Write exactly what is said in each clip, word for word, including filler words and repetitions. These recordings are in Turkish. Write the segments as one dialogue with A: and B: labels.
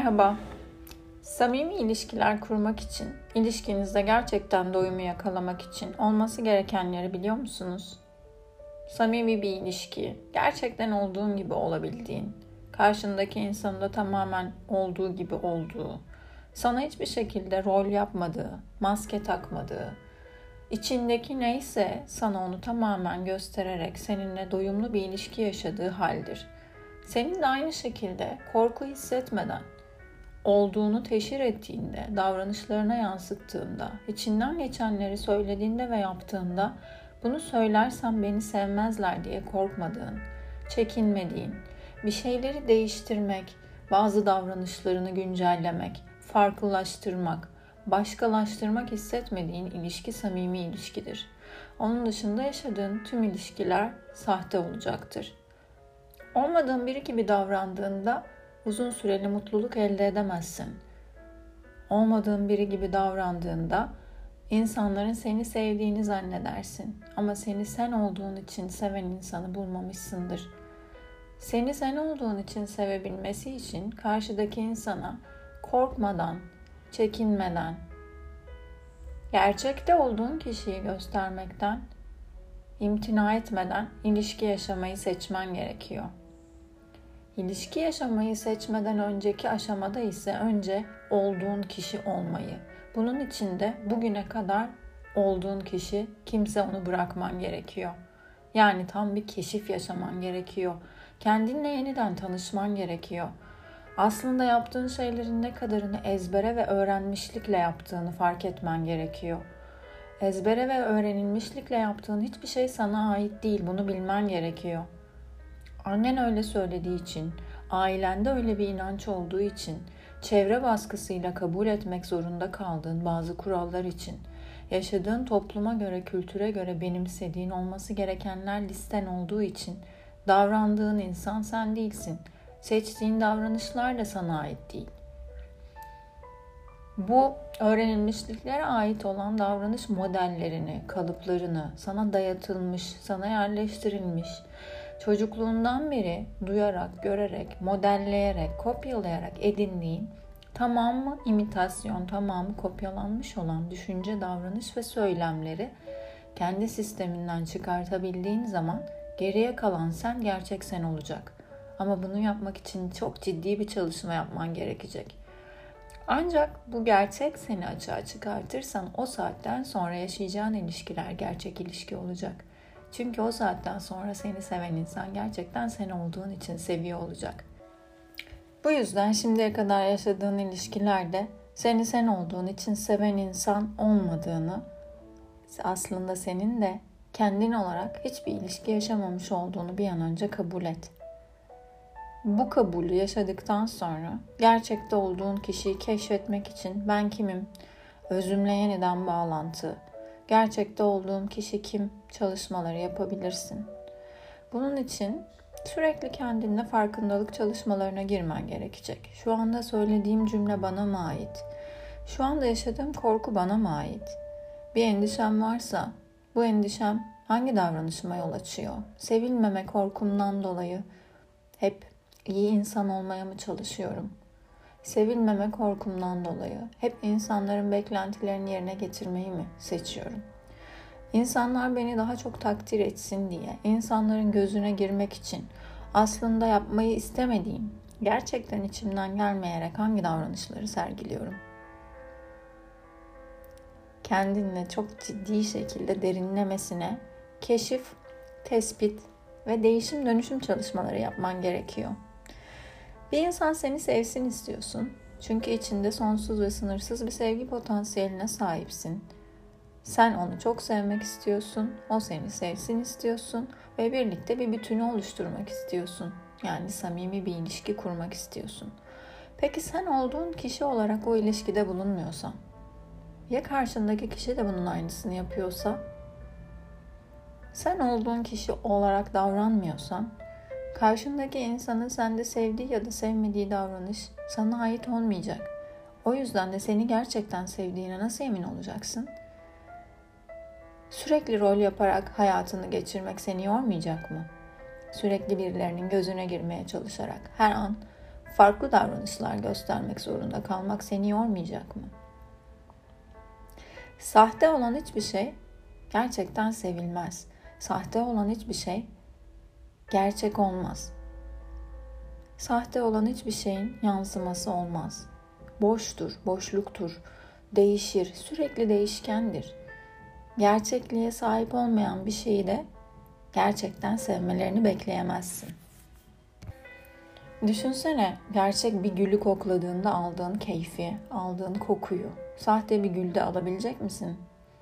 A: Merhaba. Samimi ilişkiler kurmak için, ilişkinizde gerçekten doyumu yakalamak için olması gerekenleri biliyor musunuz? Samimi bir ilişki, gerçekten olduğun gibi olabildiğin, karşındaki insanın da tamamen olduğu gibi olduğu, sana hiçbir şekilde rol yapmadığı, maske takmadığı, içindeki neyse sana onu tamamen göstererek seninle doyumlu bir ilişki yaşadığı haldir. Senin de aynı şekilde korku hissetmeden, olduğunu teşhir ettiğinde, davranışlarına yansıttığında, içinden geçenleri söylediğinde ve yaptığında bunu söylersem beni sevmezler diye korkmadığın, çekinmediğin, bir şeyleri değiştirmek, bazı davranışlarını güncellemek, farklılaştırmak, başkalaştırmak hissetmediğin ilişki samimi ilişkidir. Onun dışında yaşadığın tüm ilişkiler sahte olacaktır. Olmadığın biri gibi davrandığında uzun süreli mutluluk elde edemezsin. Olmadığın biri gibi davrandığında insanların seni sevdiğini zannedersin. Ama seni sen olduğun için seven insanı bulmamışsındır. Seni sen olduğun için sevebilmesi için karşıdaki insana korkmadan, çekinmeden, gerçekte olduğun kişiyi göstermekten, imtina etmeden ilişki yaşamayı seçmen gerekiyor. İlişki yaşamayı seçmeden önceki aşamada ise önce olduğun kişi olmayı. Bunun için de bugüne kadar olduğun kişi kimse onu bırakman gerekiyor. Yani tam bir keşif yaşaman gerekiyor. Kendinle yeniden tanışman gerekiyor. Aslında yaptığın şeylerin ne kadarını ezbere ve öğrenmişlikle yaptığını fark etmen gerekiyor. Ezbere ve öğrenilmişlikle yaptığın hiçbir şey sana ait değil. Bunu bilmen gerekiyor. Annen öyle söylediği için, ailende öyle bir inanç olduğu için, çevre baskısıyla kabul etmek zorunda kaldığın bazı kurallar için, yaşadığın topluma göre, kültüre göre benimsediğin olması gerekenler listen olduğu için davrandığın insan sen değilsin. Seçtiğin davranışlar da sana ait değil. Bu öğrenilmişliklere ait olan davranış modellerini, kalıplarını sana dayatılmış, sana yerleştirilmiş, çocukluğundan beri duyarak, görerek, modelleyerek, kopyalayarak edindiğin tamamı imitasyon, tamamı kopyalanmış olan düşünce, davranış ve söylemleri kendi sisteminden çıkartabildiğin zaman geriye kalan sen gerçek sen olacak. Ama bunu yapmak için çok ciddi bir çalışma yapman gerekecek. Ancak bu gerçek seni açığa çıkartırsan o saatten sonra yaşayacağın ilişkiler gerçek ilişki olacak. Çünkü o saatten sonra seni seven insan gerçekten sen olduğun için seviyor olacak. Bu yüzden şimdiye kadar yaşadığın ilişkilerde seni sen olduğun için seven insan olmadığını, aslında senin de kendin olarak hiçbir ilişki yaşamamış olduğunu bir an önce kabul et. Bu kabulü yaşadıktan sonra gerçekte olduğun kişiyi keşfetmek için ben kimim, özümle yeniden bağlantı, gerçekte olduğum kişi kim çalışmaları yapabilirsin. Bunun için sürekli kendinle farkındalık çalışmalarına girmen gerekecek. Şu anda söylediğim cümle bana mı ait? Şu anda yaşadığım korku bana mı ait? Bir endişem varsa bu endişem hangi davranışıma yol açıyor? Sevilmeme korkumdan dolayı hep iyi insan olmaya mı çalışıyorum? Sevilmeme korkumdan dolayı hep insanların beklentilerini yerine getirmeyi mi seçiyorum? İnsanlar beni daha çok takdir etsin diye, insanların gözüne girmek için aslında yapmayı istemediğim, gerçekten içimden gelmeyerek hangi davranışları sergiliyorum? Kendinle çok ciddi şekilde derinlemesine keşif, tespit ve değişim dönüşüm çalışmaları yapman gerekiyor. Bir insan seni sevsin istiyorsun. Çünkü içinde sonsuz ve sınırsız bir sevgi potansiyeline sahipsin. Sen onu çok sevmek istiyorsun, o seni sevsin istiyorsun ve birlikte bir bütünü oluşturmak istiyorsun. Yani samimi bir ilişki kurmak istiyorsun. Peki sen olduğun kişi olarak o ilişkide bulunmuyorsan, ya karşındaki kişi de bunun aynısını yapıyorsa, sen olduğun kişi olarak davranmıyorsan, karşındaki insanın sende sevdiği ya da sevmediği davranış sana ait olmayacak. O yüzden de seni gerçekten sevdiğine nasıl emin olacaksın? Sürekli rol yaparak hayatını geçirmek seni yormayacak mı? Sürekli birilerinin gözüne girmeye çalışarak, her an farklı davranışlar göstermek zorunda kalmak seni yormayacak mı? Sahte olan hiçbir şey gerçekten sevilmez. Sahte olan hiçbir şey gerçek olmaz. Sahte olan hiçbir şeyin yansıması olmaz. Boştur, boşluktur, değişir, sürekli değişkendir. Gerçekliğe sahip olmayan bir şeyi de gerçekten sevmelerini bekleyemezsin. Düşünsene, gerçek bir gülü kokladığında aldığın keyfi, aldığın kokuyu sahte bir gülde alabilecek misin?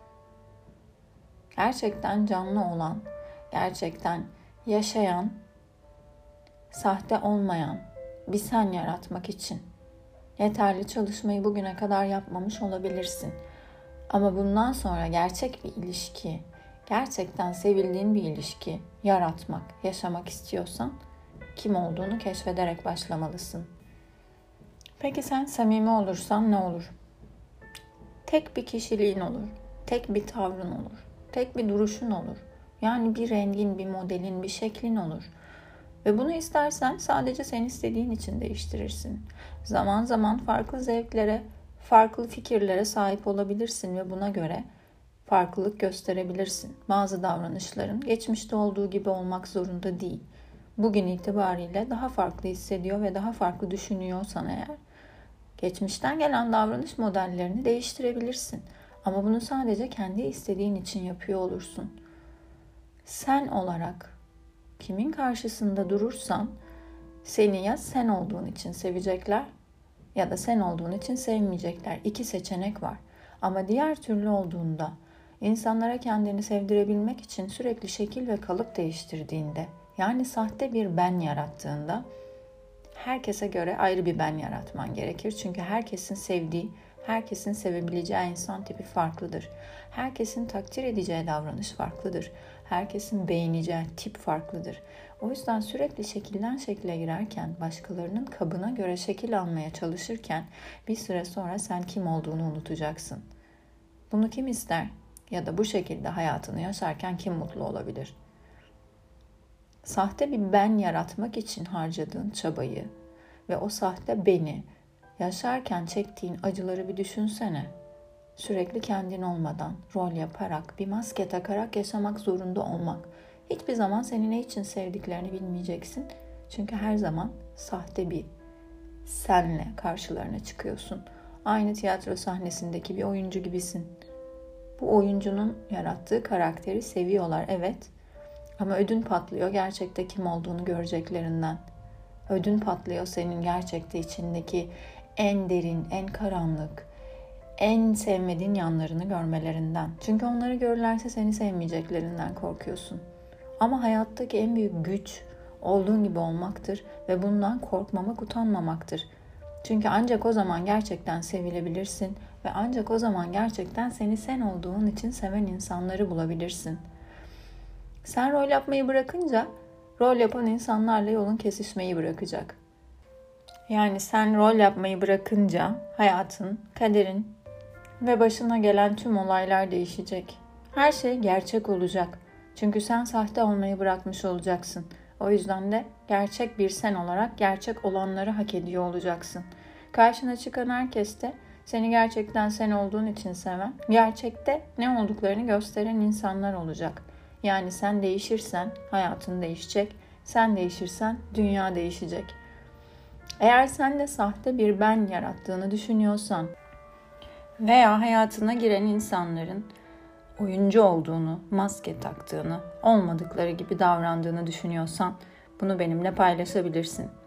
A: Gerçekten canlı olan, gerçekten yaşayan, sahte olmayan bir sen yaratmak için yeterli çalışmayı bugüne kadar yapmamış olabilirsin. Ama bundan sonra gerçek bir ilişki, gerçekten sevildiğin bir ilişki yaratmak, yaşamak istiyorsan kim olduğunu keşfederek başlamalısın. Peki sen samimi olursan ne olur? Tek bir kişiliğin olur, tek bir tavrın olur, tek bir duruşun olur. Yani bir rengin, bir modelin, bir şeklin olur. Ve bunu istersen sadece sen istediğin için değiştirirsin. Zaman zaman farklı zevklere, farklı fikirlere sahip olabilirsin ve buna göre farklılık gösterebilirsin. Bazı davranışların geçmişte olduğu gibi olmak zorunda değil. Bugün itibariyle daha farklı hissediyor ve daha farklı düşünüyorsan eğer, geçmişten gelen davranış modellerini değiştirebilirsin. Ama bunu sadece kendi istediğin için yapıyor olursun. Sen olarak kimin karşısında durursan seni ya sen olduğun için sevecekler ya da sen olduğun için sevmeyecekler. İki seçenek var. Ama diğer türlü olduğunda, insanlara kendini sevdirebilmek için sürekli şekil ve kalıp değiştirdiğinde, yani sahte bir ben yarattığında, herkese göre ayrı bir ben yaratman gerekir. Çünkü herkesin sevdiği, herkesin sevebileceği insan tipi farklıdır. Herkesin takdir edeceği davranış farklıdır. Herkesin beğeneceği tip farklıdır. O yüzden sürekli şekilden şekile girerken, başkalarının kabına göre şekil almaya çalışırken bir süre sonra sen kim olduğunu unutacaksın. Bunu kim ister? Ya da bu şekilde hayatını yaşarken kim mutlu olabilir? Sahte bir ben yaratmak için harcadığın çabayı ve o sahte beni yaşarken çektiğin acıları bir düşünsene. Sürekli kendin olmadan, rol yaparak, bir maske takarak yaşamak zorunda olmak. Hiçbir zaman seni ne için sevdiklerini bilmeyeceksin. Çünkü her zaman sahte bir senle karşılarına çıkıyorsun. Aynı tiyatro sahnesindeki bir oyuncu gibisin. Bu oyuncunun yarattığı karakteri seviyorlar, evet. Ama ödün patlıyor gerçekte kim olduğunu göreceklerinden. Ödün patlıyor senin gerçekte içindeki en derin, en karanlık, en sevmediğin yanlarını görmelerinden. Çünkü onları görürlerse seni sevmeyeceklerinden korkuyorsun. Ama hayattaki en büyük güç olduğun gibi olmaktır ve bundan korkmamak, utanmamaktır. Çünkü ancak o zaman gerçekten sevilebilirsin ve ancak o zaman gerçekten seni sen olduğun için seven insanları bulabilirsin. Sen rol yapmayı bırakınca rol yapan insanlarla yolun kesişmeyi bırakacak. Yani sen rol yapmayı bırakınca hayatın, kaderin ve başına gelen tüm olaylar değişecek. Her şey gerçek olacak. Çünkü sen sahte olmayı bırakmış olacaksın. O yüzden de gerçek bir sen olarak gerçek olanları hak ediyor olacaksın. Karşına çıkan herkes de seni gerçekten sen olduğun için seven, gerçekte ne olduklarını gösteren insanlar olacak. Yani sen değişirsen hayatın değişecek, sen değişirsen dünya değişecek. Eğer sen de sahte bir ben yarattığını düşünüyorsan veya hayatına giren insanların oyuncu olduğunu, maske taktığını, olmadıkları gibi davrandığını düşünüyorsan bunu benimle paylaşabilirsin.